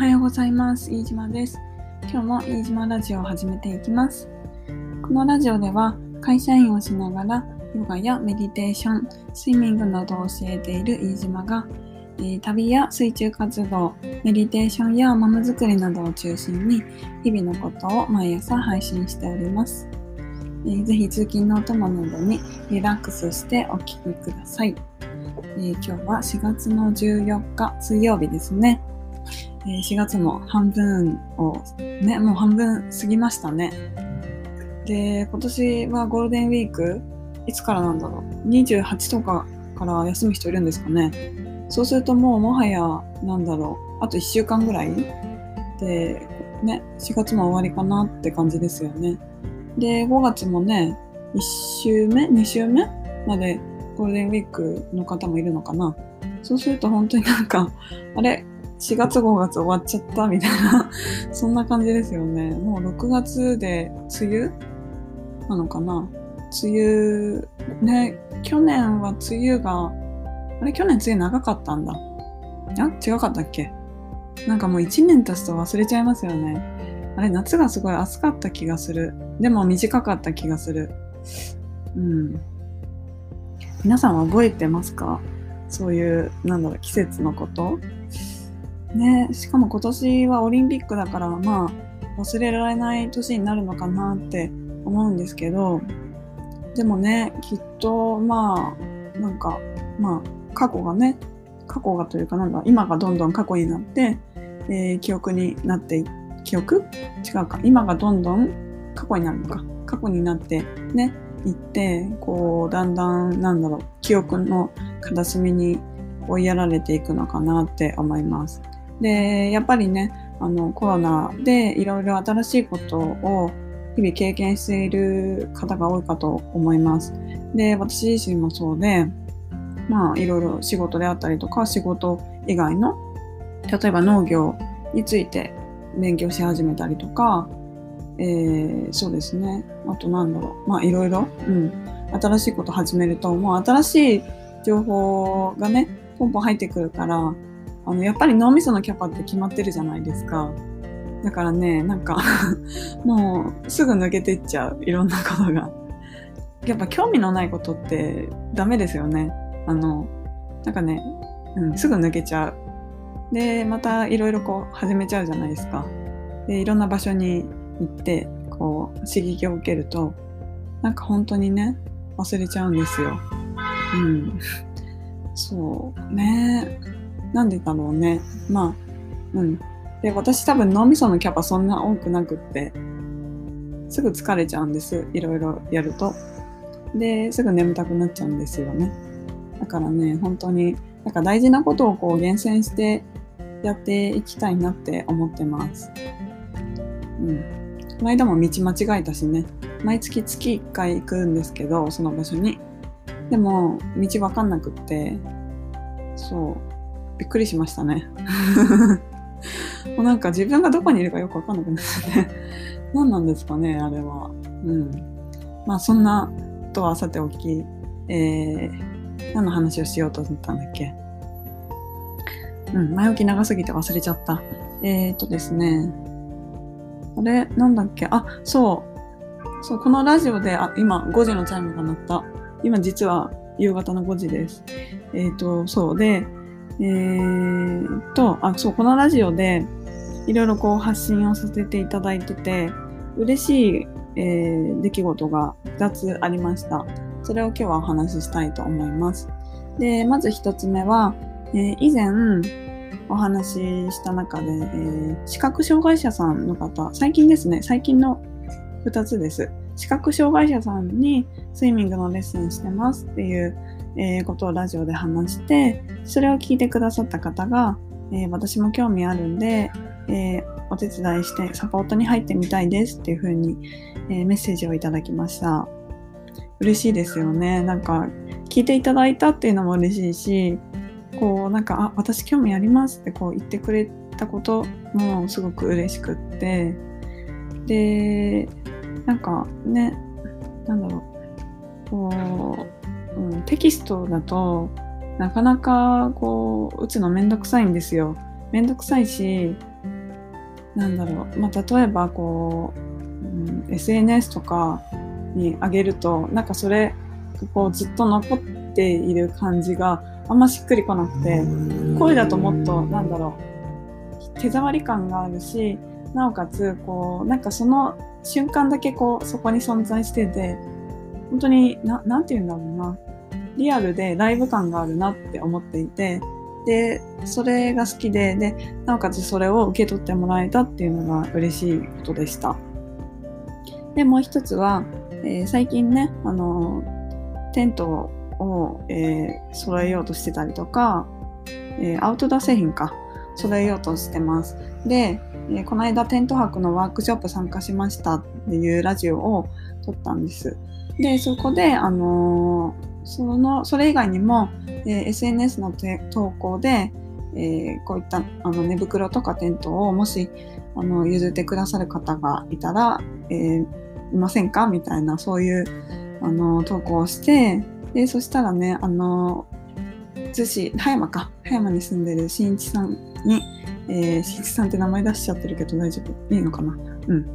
はようございます。飯島です。今日も飯島ラジオを始めていきます。このラジオでは会社員をしながらヨガやメディテーション、スイミングなどを教えている飯島が、旅や水中活動、メディテーションやマム作りなどを中心に日々のことを毎朝配信しております。ぜひ通勤のお供などにリラックスしてお聞きください。今日は4月の14日水曜日ですね。4月も半分をね、もう半分過ぎましたね。で、今年はゴールデンウィークいつからなんだろう、28とかから休む人いるんですかね。そうするともはやなんだろう、あと1週間ぐらいでね、4月も終わりかなって感じですよね。で、5月もね、1週目2週目までゴールデンウィークの方もいるのかな。そうすると本当になんかあれ4月5月終わっちゃったみたいなそんな感じですよね。もう6月で梅雨なのかな。梅雨ね、去年は梅雨が去年梅雨長かったんだ。違かったっけ。なんかもう1年経つと忘れちゃいますよね。夏がすごい暑かった気がする。でも短かった気がする。皆さんは覚えてますか？そういう季節のことね。しかも今年はオリンピックだから忘れられない年になるのかなって思うんですけど、でもね、きっと過去がというか今がどんどん過去になって、今がどんどん過去になるのか。過去になってね、いって、だんだん記憶の片隅に追いやられていくのかなって思います。で、やっぱりね、コロナでいろいろ新しいことを日々経験している方が多いかと思います。で、私自身もそうで、いろいろ仕事であったりとか、仕事以外の、例えば農業について勉強し始めたりとか、そうですね。あといろいろ、新しいこと始めると、もう新しい情報がね、ポンポン入ってくるから、やっぱり脳みそのキャパって決まってるじゃないですか。だからね、もうすぐ抜けていっちゃう、いろんなことが。やっぱ興味のないことってダメですよね。すぐ抜けちゃう。で、またいろいろ始めちゃうじゃないですか。で、いろんな場所に行って刺激を受けると本当にね、忘れちゃうんですよ。そうね。なんでだろうね。で、私多分脳みそのキャパそんな多くなくって、すぐ疲れちゃうんです。いろいろやると。で、すぐ眠たくなっちゃうんですよね。だからね、本当に大事なことを厳選してやっていきたいなって思ってます。この間も道間違えたしね。毎月1回行くんですけど、その場所に。でも、道わかんなくって、びっくりしましたね。もう自分がどこにいるかよくわかんなくなってね。何なんですかね、あれは。そんなことはさておき、何の話をしようと思ったんだっけ。前置き長すぎて忘れちゃった。ですね。なんだっけ。そう、このラジオで、今5時のチャイムが鳴った。今実は夕方の5時です。そうで、このラジオでいろいろ発信をさせていただいてて、嬉しい、出来事が2つありました。それを今日はお話ししたいと思います。で、まず1つ目は、以前お話しした中で、視覚障害者さんの方、最近の2つです。視覚障害者さんにスイミングのレッスンしてますっていう、ことをラジオで話して、それを聞いてくださった方が、私も興味あるんで、お手伝いしてサポートに入ってみたいですっていう風に、メッセージをいただきました。嬉しいですよね。聞いていただいたっていうのも嬉しいし、私興味ありますって言ってくれたこともすごく嬉しくって、で、テキストだとなかなか打つのめんどくさいんですよ。めんどくさいし、 例えばこう、SNS とかに上げると、なんかそれこうずっと残っている感じがあんましっくりこなくて、声だともっと手触り感があるし、なおかつこうなんかその瞬間だけこうそこに存在してて、本当になんて言うんだろうな、リアルでライブ感があるなって思っていて、でそれが好きで、なおかつそれを受け取ってもらえたっていうのが嬉しいことでした。でもう一つは、最近ねテントを、揃えようとしてたりとか、アウトドア製品か揃えようとしてます。で、この間テント泊のワークショップ参加しましたっていうラジオを撮ったんです。でそこでそれ以外にも、SNS の投稿で、こういった寝袋とかテントをもし譲ってくださる方がいたら、いませんかみたいな、そういう投稿をして、でそしたらね、逗子葉山に住んでるしんいちさんに、しんいちさんって名前出しちゃってるけど大丈夫いいのかな。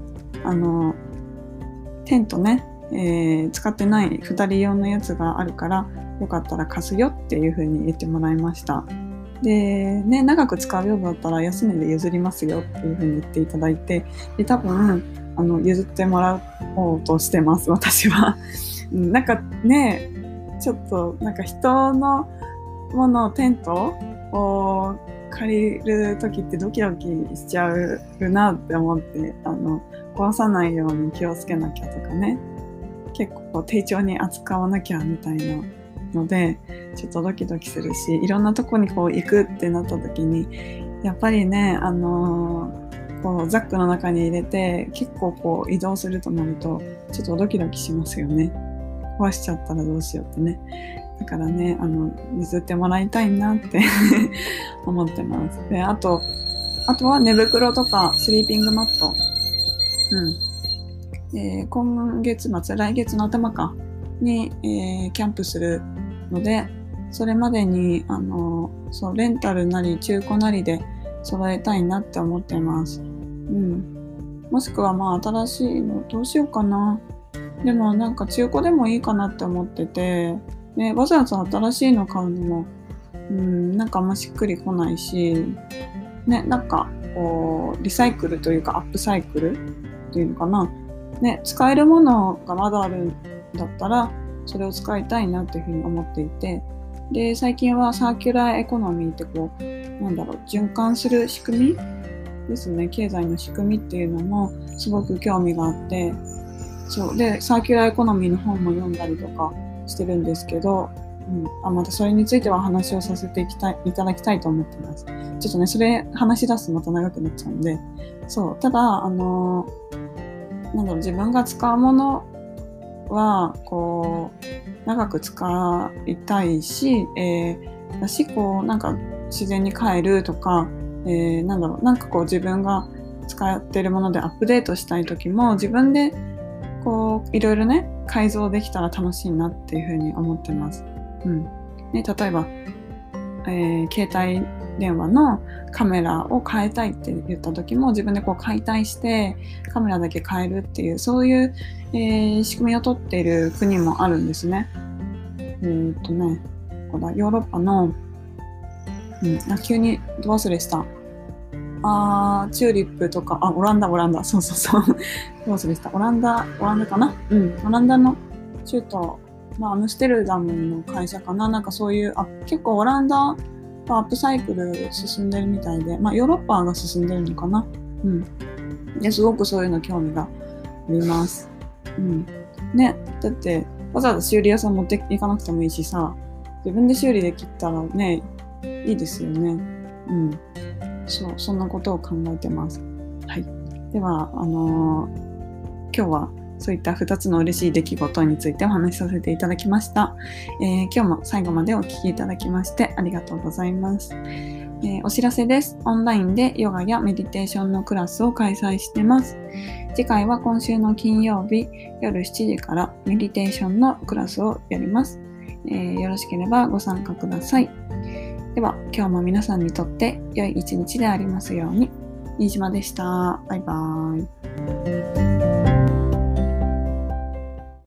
テントね、使ってない2人用のやつがあるからよかったら貸すよっていう風に言ってもらいました。でね、長く使うようだったら安値で譲りますよっていう風に言っていただいて、で多分譲ってもらおうとしてます私は。なんかね、ちょっとなんか人のものテントを借りる時ってドキドキしちゃうなって思って、壊さないように気をつけなきゃとかね、結構丁重に扱わなきゃみたいなのでちょっとドキドキするし、いろんなとこにこう行くってなった時にやっぱりね、こうザックの中に入れて結構こう移動するとなるとちょっとドキドキしますよね。壊しちゃったらどうしようってね。だからね、譲ってもらいたいなって思ってます。で、あとは寝袋とかスリーピングマット。今月末、来月の頭に、キャンプするので、それまでにレンタルなり中古なりで揃えたいなって思ってます。もしくは新しいのどうしようかな。でもなんか中古でもいいかなって思ってて、ね、わざわざ新しいの買うのもなんかあんましっくりこないし、ね、なんかこうリサイクルというかアップサイクルっていうのかな、ね、使えるものがまだあるんだったらそれを使いたいなっていうふうに思っていて、で最近はサーキュラーエコノミーってこう循環する仕組みですね、経済の仕組みっていうのもすごく興味があって、そうでサーキュラーエコノミーの本も読んだりとかしてるんですけど、またそれについては話をさせていただきたいと思ってます。ちょっとね、それ話し出すとまた長くなっちゃうんで、ただ自分が使うものはこう長く使いたいし、だしこうなんか自然に帰るとか、なんかこう自分が使ってるものでアップデートしたい時も自分でこういろいろね改造できたら楽しいなっていうふうに思ってます。例えば、携帯電話のカメラを変えたいって言った時も自分でこう解体してカメラだけ変えるっていう、そういう、仕組みを取っている国もあるんですね。ここだヨーロッパの、急にど忘れした。チューリップとか、オランダ、そうど忘れした。オランダかな。オランダの首都、アムステルダムの会社かな。なんかそういう、結構オランダはアップサイクル進んでるみたいで、ヨーロッパが進んでるのかな。ですごくそういうの興味があります。ね、だってわざわざ修理屋さん持っていかなくてもいいしさ、自分で修理できたらね、いいですよね。そんなことを考えてます。はい。では、今日はそういった2つの嬉しい出来事についてお話しさせていただきました。今日も最後までお聞きいただきましてありがとうございます。お知らせです。オンラインでヨガやメディテーションのクラスを開催してます。次回は今週の金曜日夜7時からメディテーションのクラスをやります。よろしければご参加ください。では今日も皆さんにとって良い一日でありますように。 飯島でした。バイバーイ。